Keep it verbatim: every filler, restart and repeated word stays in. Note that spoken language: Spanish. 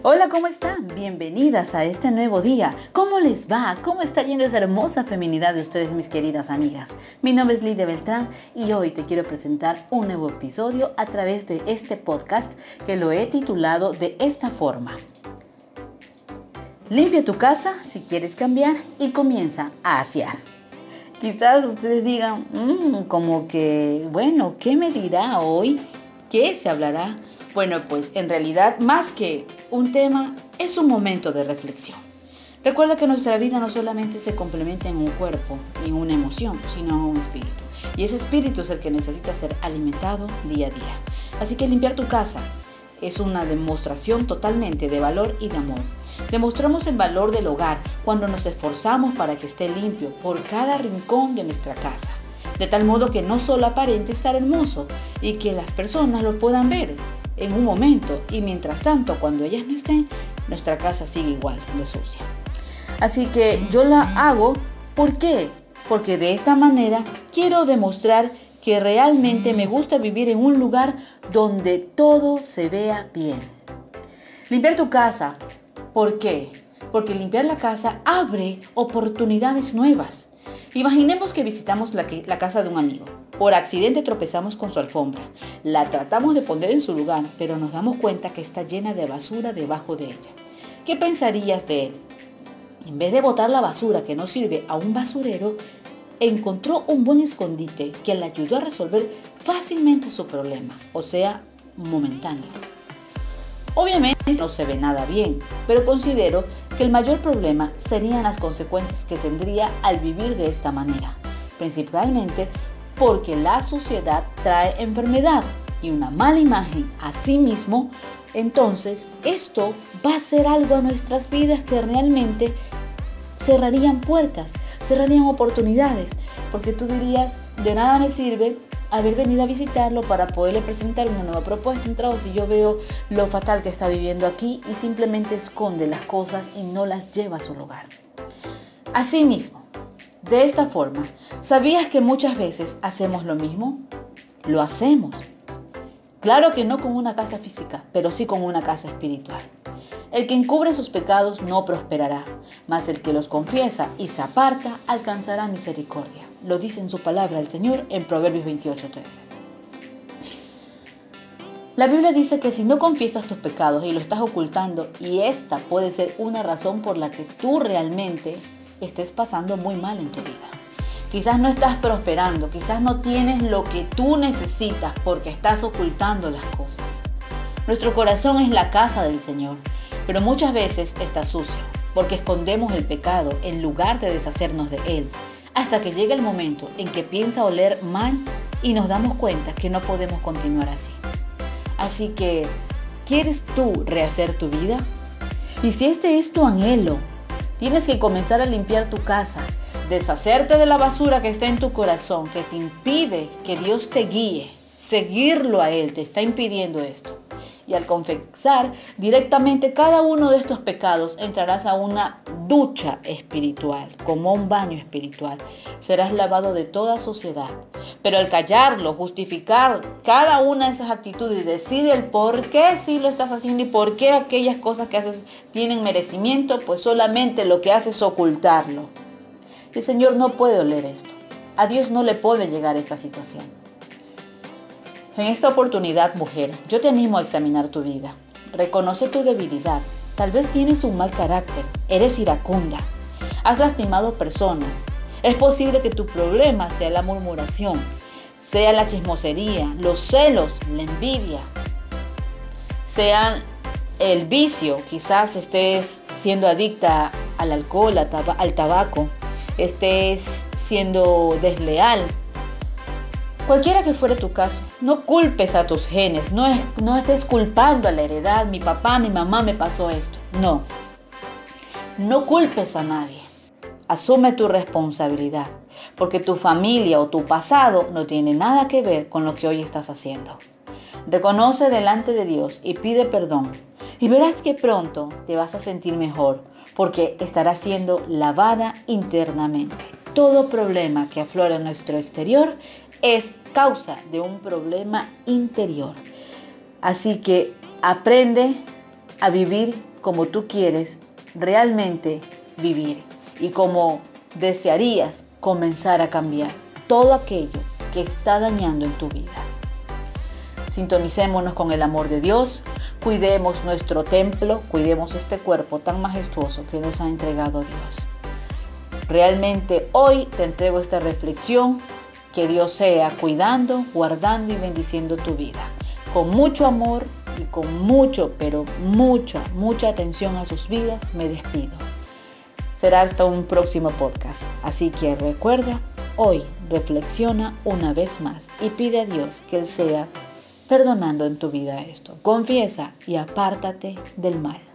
Hola, ¿cómo están? Bienvenidas a este nuevo día. ¿Cómo les va? ¿Cómo está yendo esa hermosa feminidad de ustedes, mis queridas amigas? Mi nombre es Lidia Beltrán y hoy te quiero presentar un nuevo episodio a través de este podcast que lo he titulado de esta forma. Limpia tu casa si quieres cambiar y comienza a asear. Quizás ustedes digan, mmm, como que, bueno, ¿qué me dirá hoy? ¿Qué se hablará? Bueno, pues en realidad, más que un tema, es un momento de reflexión. Recuerda que nuestra vida no solamente se complementa en un cuerpo y en una emoción, sino en un espíritu. Y ese espíritu es el que necesita ser alimentado día a día. Así que limpiar tu casa es una demostración totalmente de valor y de amor. Demostramos el valor del hogar cuando nos esforzamos para que esté limpio por cada rincón de nuestra casa, de tal modo que no solo aparente estar hermoso y que las personas lo puedan ver en un momento, y mientras tanto, cuando ellas no estén, nuestra casa sigue igual de sucia. Así que yo la hago, ¿por qué? Porque de esta manera quiero demostrar que realmente me gusta vivir en un lugar donde todo se vea bien. Limpiar tu casa, ¿por qué? Porque limpiar la casa abre oportunidades nuevas. Imaginemos que visitamos la, la casa de un amigo. Por accidente tropezamos con su alfombra. La tratamos de poner en su lugar, pero nos damos cuenta que está llena de basura debajo de ella. ¿Qué pensarías de él? En vez de botar la basura que no sirve a un basurero, encontró un buen escondite que le ayudó a resolver fácilmente su problema, o sea, momentáneo. Obviamente no se ve nada bien, pero considero que el mayor problema serían las consecuencias que tendría al vivir de esta manera, principalmente porque la suciedad trae enfermedad y una mala imagen a sí mismo. Entonces esto va a ser algo a nuestras vidas que realmente cerrarían puertas, cerrarían oportunidades, porque tú dirías, de nada me sirve haber venido a visitarlo para poderle presentar una nueva propuesta, un trabajo, si yo veo lo fatal que está viviendo aquí y simplemente esconde las cosas y no las lleva a su lugar. Asimismo, de esta forma, ¿sabías que muchas veces hacemos lo mismo? Lo hacemos. Claro que no con una casa física, pero sí con una casa espiritual. El que encubre sus pecados no prosperará, mas el que los confiesa y se aparta alcanzará misericordia. Lo dice en su palabra el Señor en Proverbios veintiocho trece. La Biblia dice que si no confiesas tus pecados y lo estás ocultando, y esta puede ser una razón por la que tú realmente estés pasando muy mal en tu vida. Quizás no estás prosperando, quizás no tienes lo que tú necesitas porque estás ocultando las cosas. Nuestro corazón es la casa del Señor, pero muchas veces está sucio porque escondemos el pecado en lugar de deshacernos de él, hasta que llega el momento en que piensa oler mal y nos damos cuenta que no podemos continuar así. Así que, ¿quieres tú rehacer tu vida? Y si este es tu anhelo, tienes que comenzar a limpiar tu casa, deshacerte de la basura que está en tu corazón, que te impide que Dios te guíe. Seguirlo a Él te está impidiendo esto. Y al confesar directamente cada uno de estos pecados, entrarás a una ducha espiritual, como un baño espiritual. Serás lavado de toda suciedad. Pero al callarlo, justificar cada una de esas actitudes y decir el por qué sí lo estás haciendo y por qué aquellas cosas que haces tienen merecimiento, pues solamente lo que haces es ocultarlo. El Señor no puede oler esto. A Dios no le puede llegar esta situación. En esta oportunidad, mujer, yo te animo a examinar tu vida. Reconoce tu debilidad. Tal vez tienes un mal carácter. Eres iracunda. Has lastimado personas. Es posible que tu problema sea la murmuración, sea la chismosería, los celos, la envidia, sea el vicio. Quizás estés siendo adicta al alcohol, al tabaco. Estés siendo desleal. Cualquiera que fuere tu caso, no culpes a tus genes, no, es, no estés culpando a la heredad, mi papá, mi mamá me pasó esto. No, no culpes a nadie. Asume tu responsabilidad, porque tu familia o tu pasado no tiene nada que ver con lo que hoy estás haciendo. Reconoce delante de Dios y pide perdón, y verás que pronto te vas a sentir mejor, porque estarás siendo lavada internamente. Todo problema que aflora en nuestro exterior es causa de un problema interior. Así que aprende a vivir como tú quieres realmente vivir y como desearías comenzar a cambiar todo aquello que está dañando en tu vida. Sintonicémonos con el amor de Dios, cuidemos nuestro templo, cuidemos este cuerpo tan majestuoso que nos ha entregado Dios. Realmente hoy te entrego esta reflexión, que Dios sea cuidando, guardando y bendiciendo tu vida. Con mucho amor y con mucho, pero mucha, mucha atención a sus vidas, me despido. Será hasta un próximo podcast. Así que recuerda, hoy reflexiona una vez más y pide a Dios que Él sea perdonando en tu vida esto. Confiesa y apártate del mal.